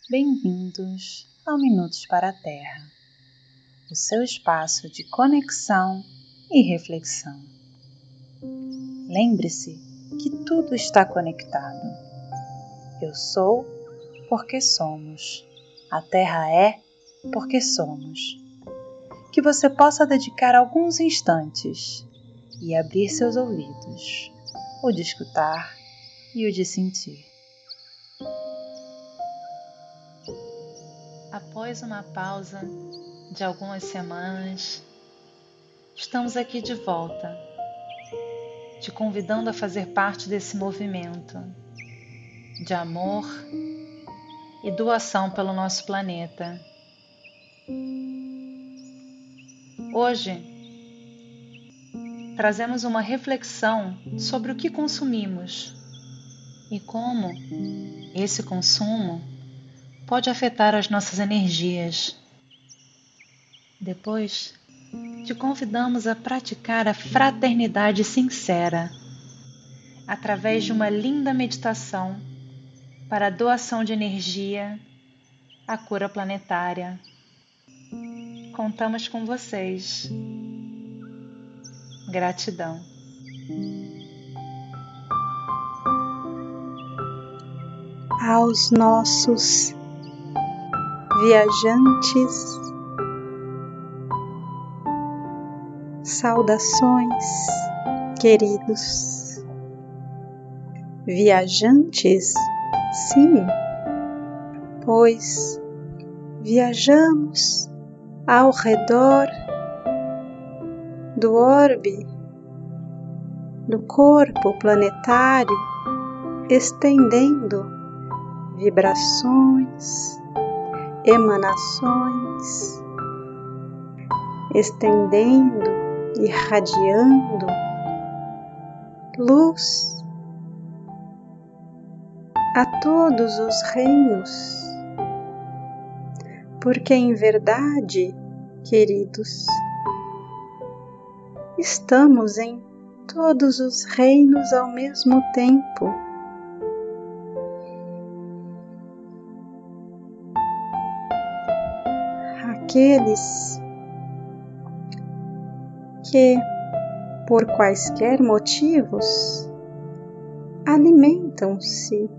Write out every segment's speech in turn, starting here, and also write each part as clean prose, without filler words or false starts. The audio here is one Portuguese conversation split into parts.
Bem-vindos ao Minutos para a Terra, o seu espaço de conexão e reflexão. Lembre-se que tudo está conectado. Eu sou porque somos. A Terra é porque somos. Que você possa dedicar alguns instantes e abrir seus ouvidos, o de escutar e o de sentir. Após uma pausa de algumas semanas, estamos aqui de volta, te convidando a fazer parte desse movimento de amor e doação pelo nosso planeta. Hoje, trazemos uma reflexão sobre o que consumimos e como esse consumo pode afetar as nossas energias. Depois, te convidamos a praticar a fraternidade sincera através de uma linda meditação para a doação de energia à cura planetária. Contamos com vocês. Gratidão. Aos nossos viajantes, saudações, queridos. Viajantes, sim, pois viajamos ao redor do orbe do corpo planetário, estendendo vibrações, emanações, estendendo, irradiando luz a todos os reinos, porque em verdade, queridos, estamos em todos os reinos ao mesmo tempo. Aqueles que, por quaisquer motivos, alimentam-se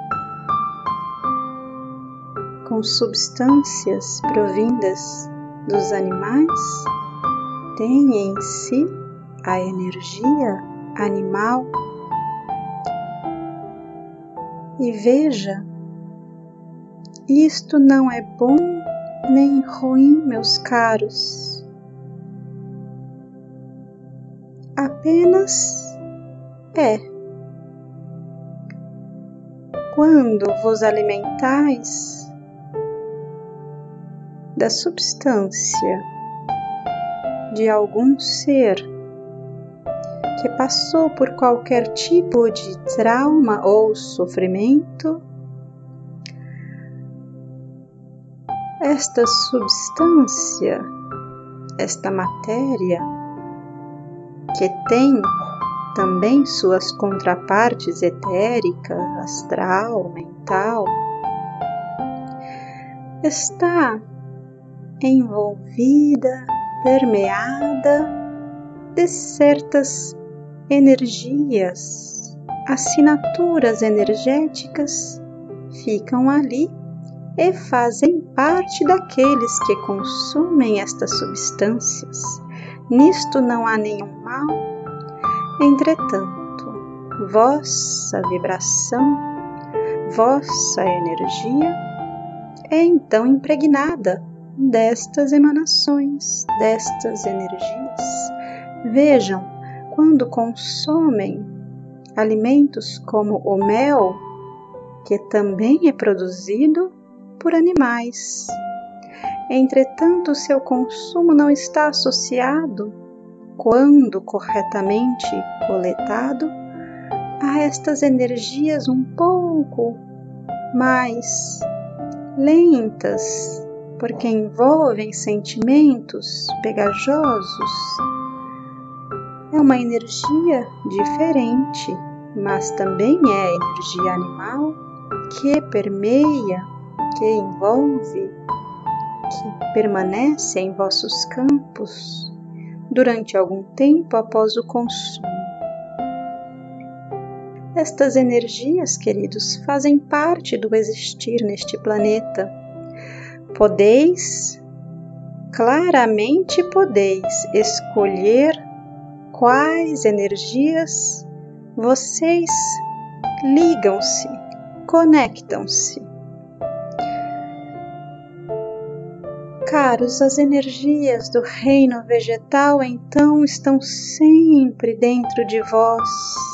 com substâncias provindas dos animais, têm em si a energia animal. E veja, isto não é bom nem ruim, meus caros. Apenas é. Quando vos alimentais da substância de algum ser que passou por qualquer tipo de trauma ou sofrimento, esta substância, esta matéria, que tem também suas contrapartes etérica, astral, mental, está envolvida, permeada de certas energias, assinaturas energéticas ficam ali e fazem parte daqueles que consumem estas substâncias. Nisto não há nenhum mal. Entretanto, vossa vibração, vossa energia é então impregnada destas emanações, destas energias. Vejam, quando consomem alimentos como o mel, que também é produzido por animais. Entretanto, seu consumo não está associado, quando corretamente coletado, a estas energias um pouco mais lentas, porque envolvem sentimentos pegajosos. É uma energia diferente, mas também é energia animal que permeia que envolve, que permanece em vossos campos durante algum tempo após o consumo. Estas energias, queridos, fazem parte do existir neste planeta. Claramente podeis escolher quais energias vocês ligam-se, conectam-se. Caros, as energias do reino vegetal então estão sempre dentro de vós.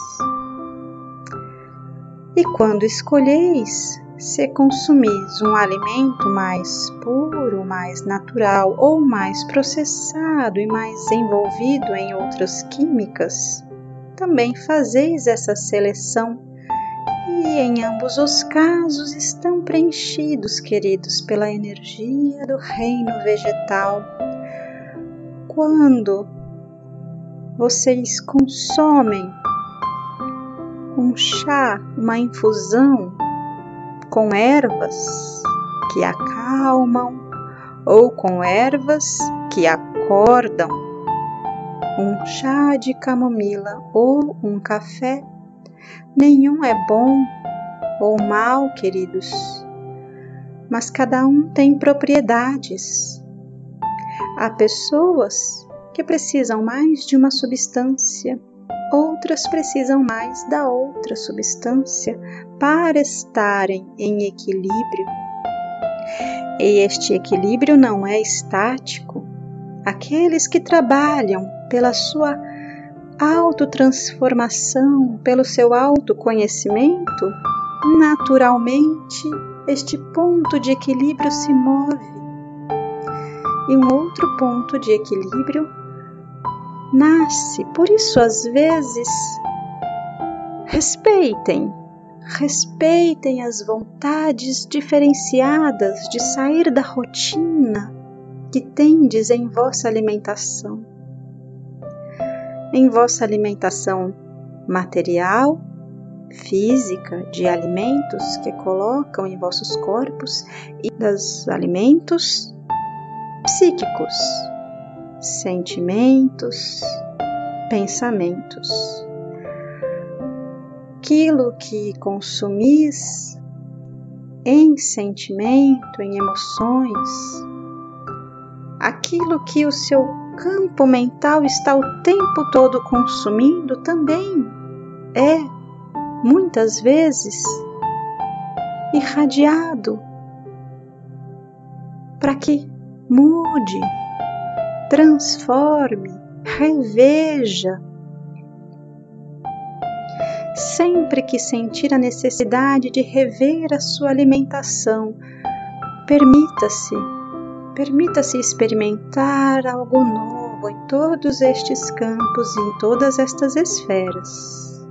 E quando escolheis, se consumis um alimento mais puro, mais natural ou mais processado e mais envolvido em outras químicas, também fazeis essa seleção e em ambos os casos estão preenchidos, queridos, pela energia do reino vegetal. Quando vocês consomem um chá, uma infusão com ervas que acalmam ou com ervas que acordam, um chá de camomila ou um café, nenhum é bom ou mal, queridos, mas cada um tem propriedades. Há pessoas que precisam mais de uma substância, outras precisam mais da outra substância para estarem em equilíbrio. E este equilíbrio não é estático. Aqueles que trabalham pela sua autotransformação, pelo seu autoconhecimento, naturalmente este ponto de equilíbrio se move. E um outro ponto de equilíbrio nasce. Por isso, às vezes, respeitem as vontades diferenciadas de sair da rotina que tendes em vossa alimentação. Em vossa alimentação material, física, de alimentos que colocam em vossos corpos, e dos alimentos psíquicos, sentimentos, pensamentos. Aquilo que consumis em sentimento, em emoções, aquilo que o seu campo mental está o tempo todo consumindo também é, muitas vezes, irradiado para que mude, transforme, reveja. Sempre que sentir a necessidade de rever a sua alimentação, permita-se experimentar algo novo em todos estes campos e em todas estas esferas.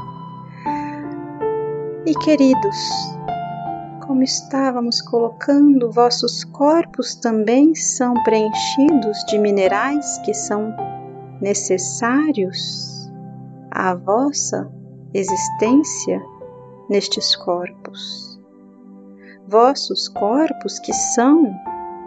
E queridos, como estávamos colocando, vossos corpos também são preenchidos de minerais que são necessários à vossa existência nestes corpos. Vossos corpos que são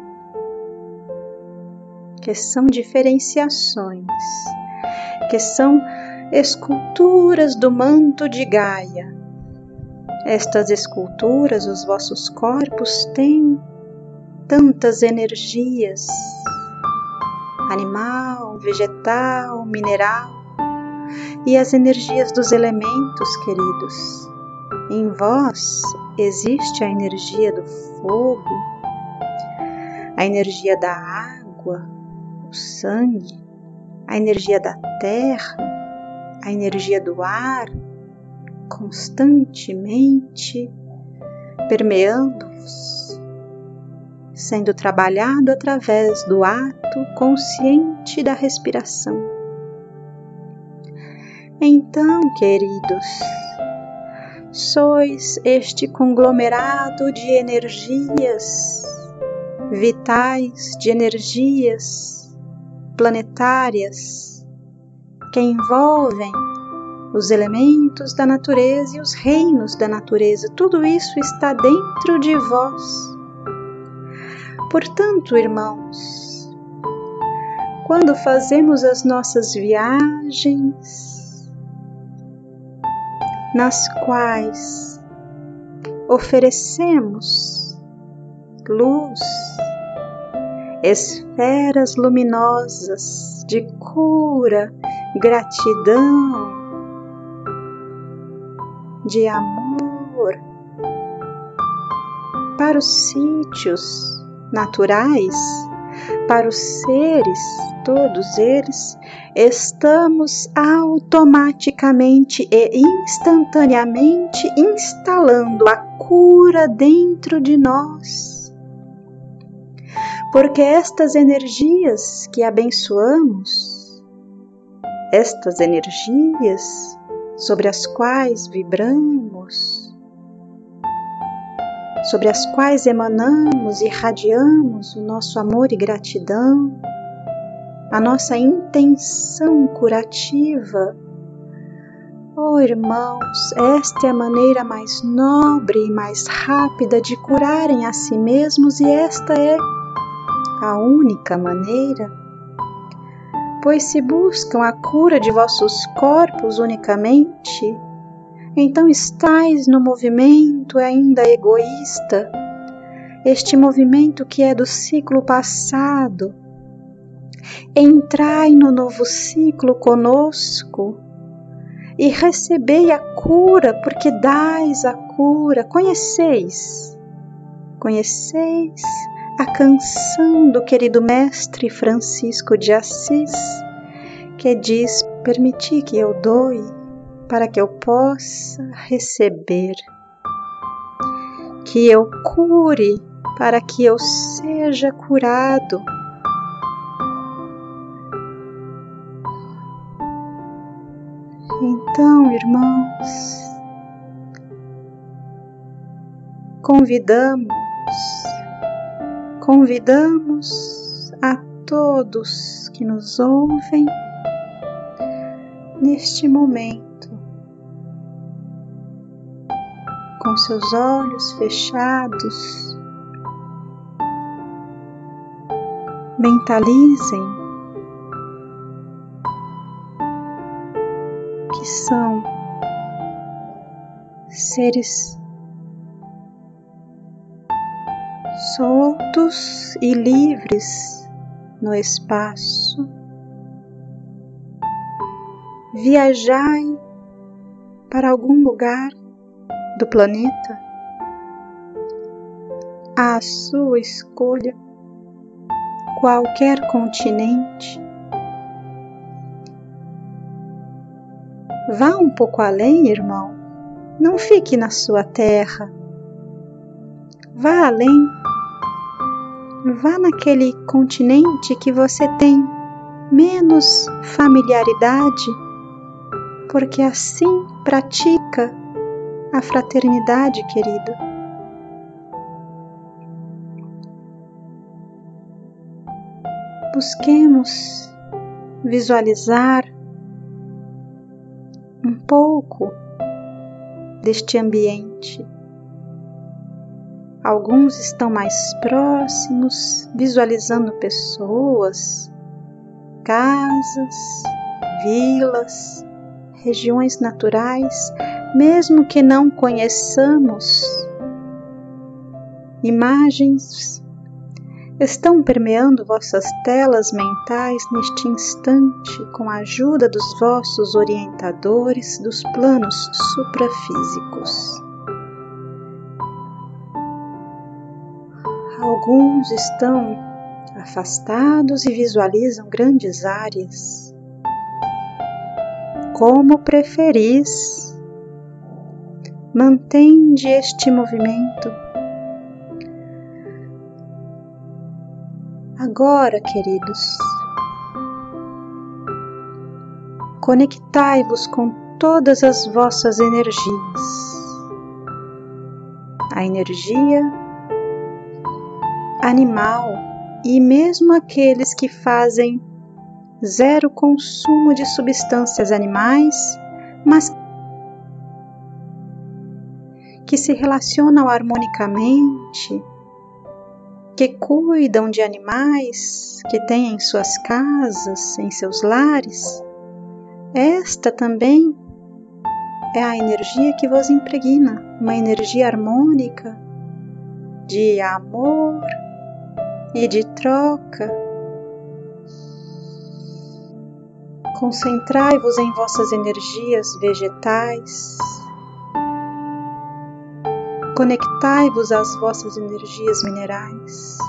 diferenciações, que são esculturas do manto de Gaia. Estas esculturas, os vossos corpos, têm tantas energias, animal, vegetal, mineral, e as energias dos elementos, queridos. Em vós existe a energia do fogo, a energia da água, o sangue, a energia da terra, a energia do ar, constantemente permeando-vos, sendo trabalhado através do ato consciente da respiração. Então, queridos, sois este conglomerado de energias vitais, de energias planetárias que envolvem os elementos da natureza e os reinos da natureza, tudo isso está dentro de vós. Portanto, irmãos, quando fazemos as nossas viagens, nas quais oferecemos luz, esferas luminosas de cura, gratidão, de amor para os sítios naturais, para os seres, todos eles, estamos automaticamente e instantaneamente instalando a cura dentro de nós. Porque estas energias que abençoamos, estas energias sobre as quais vibramos, sobre as quais emanamos e irradiamos o nosso amor e gratidão, a nossa intenção curativa. Oh, irmãos, esta é a maneira mais nobre e mais rápida de curarem a si mesmos, e esta é a única maneira. Pois se buscam a cura de vossos corpos unicamente, então estais no movimento ainda egoísta, este movimento que é do ciclo passado. Entrai no novo ciclo conosco e recebei a cura, porque dais a cura. Conheceis a canção do querido mestre Francisco de Assis, que diz: permiti que eu doe para que eu possa receber, que eu cure para que eu seja curado. Então, irmãos, convidamos a todos que nos ouvem neste momento, com seus olhos fechados, mentalizem que são seres soltos e livres no espaço. Viajai para algum lugar do planeta à sua escolha, qualquer continente. Vá um pouco além, irmão. Não fique na sua terra. Vá além. Vá naquele continente que você tem menos familiaridade, porque assim pratica a fraternidade, querido. Busquemos visualizar um pouco deste ambiente. Alguns estão mais próximos, visualizando pessoas, casas, vilas, regiões naturais, mesmo que não conheçamos. Imagens estão permeando vossas telas mentais neste instante com a ajuda dos vossos orientadores dos planos suprafísicos. Alguns estão afastados e visualizam grandes áreas. Como preferis, mantende este movimento. Agora, queridos, conectai-vos com todas as vossas energias. A energia animal e mesmo aqueles que fazem zero consumo de substâncias animais, mas que se relacionam harmonicamente, que cuidam de animais que têm em suas casas, em seus lares, esta também é a energia que vos impregna, uma energia harmônica de amor e de troca. Concentrai-vos em vossas energias vegetais, conectai-vos às vossas energias minerais.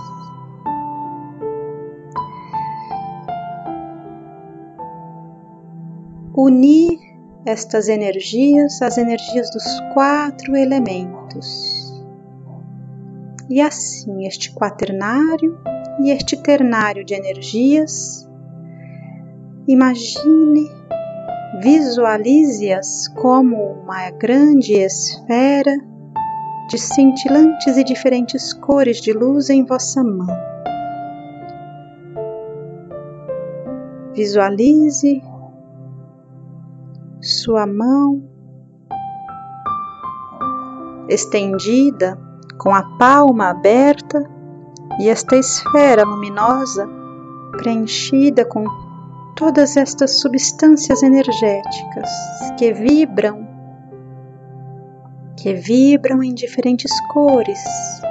Unir estas energias às energias dos 4 elementos. E assim, este quaternário e este ternário de energias, imagine, visualize-as como uma grande esfera de cintilantes e diferentes cores de luz em vossa mão. Visualize sua mão estendida, com a palma aberta, e esta esfera luminosa preenchida com todas estas substâncias energéticas que vibram em diferentes cores,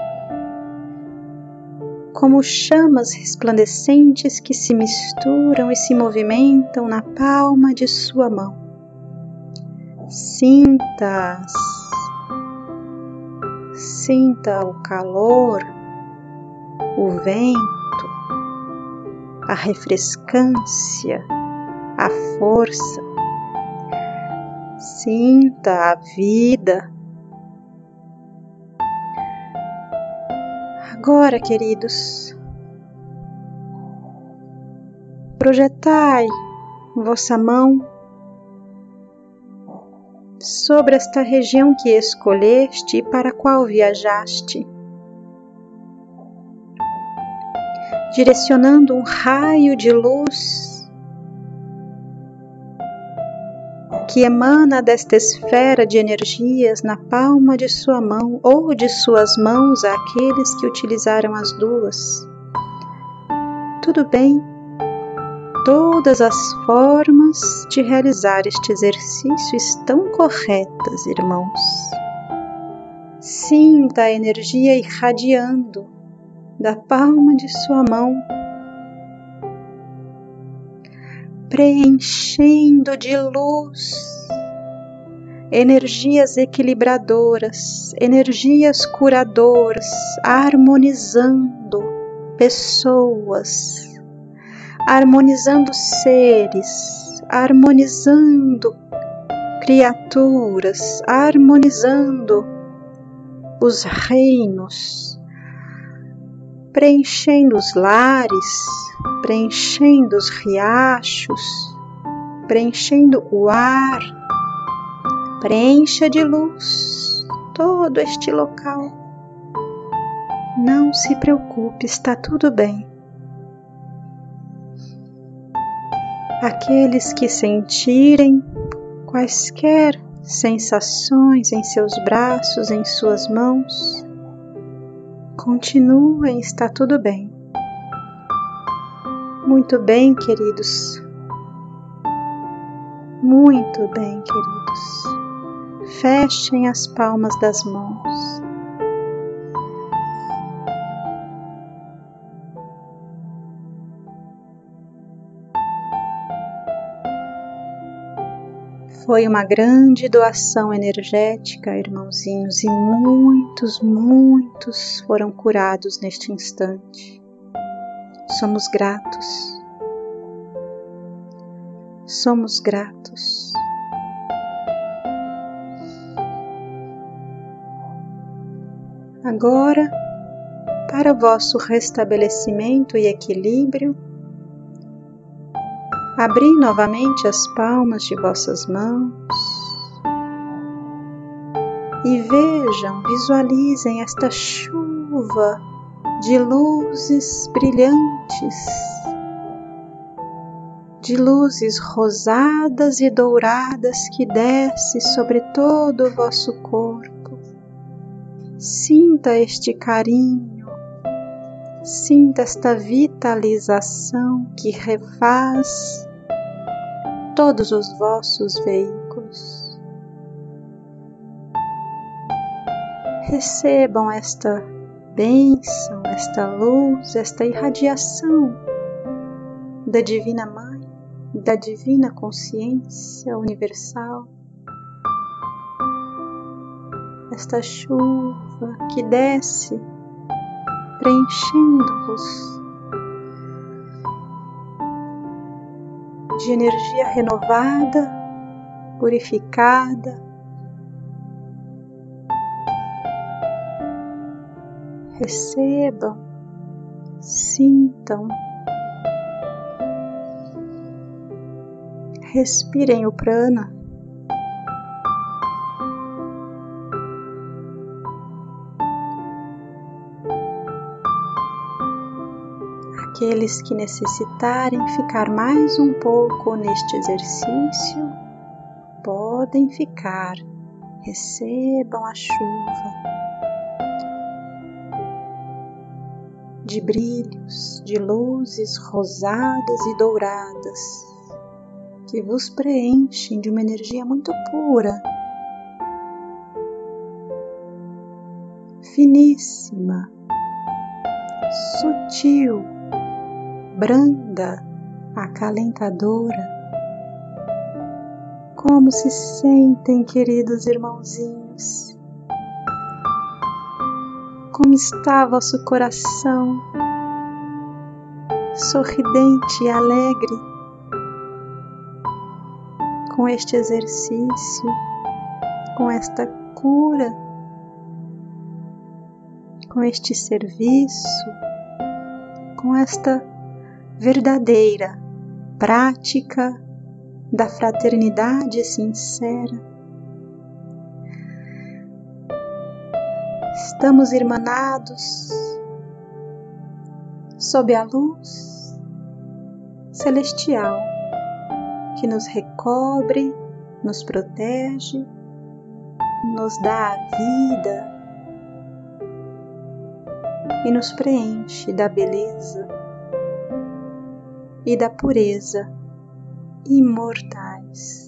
como chamas resplandecentes que se misturam e se movimentam na palma de sua mão. Sinta o calor, o vento, a refrescância, a força. Sinta a vida. Agora, queridos, projetai vossa mão sobre esta região que escolheste e para a qual viajaste, direcionando um raio de luz que emana desta esfera de energias na palma de sua mão ou de suas mãos àqueles que utilizaram as duas. Tudo bem? Todas as formas de realizar este exercício estão corretas, irmãos. Sinta a energia irradiando da palma de sua mão, preenchendo de luz, energias equilibradoras, energias curadoras, harmonizando pessoas, harmonizando seres, harmonizando criaturas, harmonizando os reinos, preenchendo os lares, preenchendo os riachos, preenchendo o ar. Preencha de luz todo este local. Não se preocupe, está tudo bem. Aqueles que sentirem quaisquer sensações em seus braços, em suas mãos, continuem, está tudo bem. Muito bem, queridos. Muito bem, queridos. Fechem as palmas das mãos. Foi uma grande doação energética, irmãozinhos, e muitos foram curados neste instante. Somos gratos. Somos gratos. Agora, para o vosso restabelecimento e equilíbrio, abri novamente as palmas de vossas mãos e vejam, visualizem esta chuva de luzes brilhantes, de luzes rosadas e douradas que desce sobre todo o vosso corpo. Sinta este carinho, sinta esta vitalização que refaz todos os vossos veículos. Recebam esta bênção, esta luz, esta irradiação da Divina Mãe, da Divina Consciência Universal, esta chuva que desce, preenchendo-vos de energia renovada, purificada. Recebam, sintam, respirem o prana. Aqueles que necessitarem ficar mais um pouco neste exercício, podem ficar. Recebam a chuva de brilhos, de luzes rosadas e douradas, que vos preenchem de uma energia muito pura, finíssima, sutil, branda, acalentadora. Como se sentem, queridos irmãozinhos? Como está vosso coração? Sorridente e alegre com este exercício, com esta cura, com este serviço, com esta verdadeira prática da fraternidade sincera. Estamos irmanados sob a luz celestial que nos recobre, nos protege, nos dá a vida e nos preenche da beleza e da pureza imortais.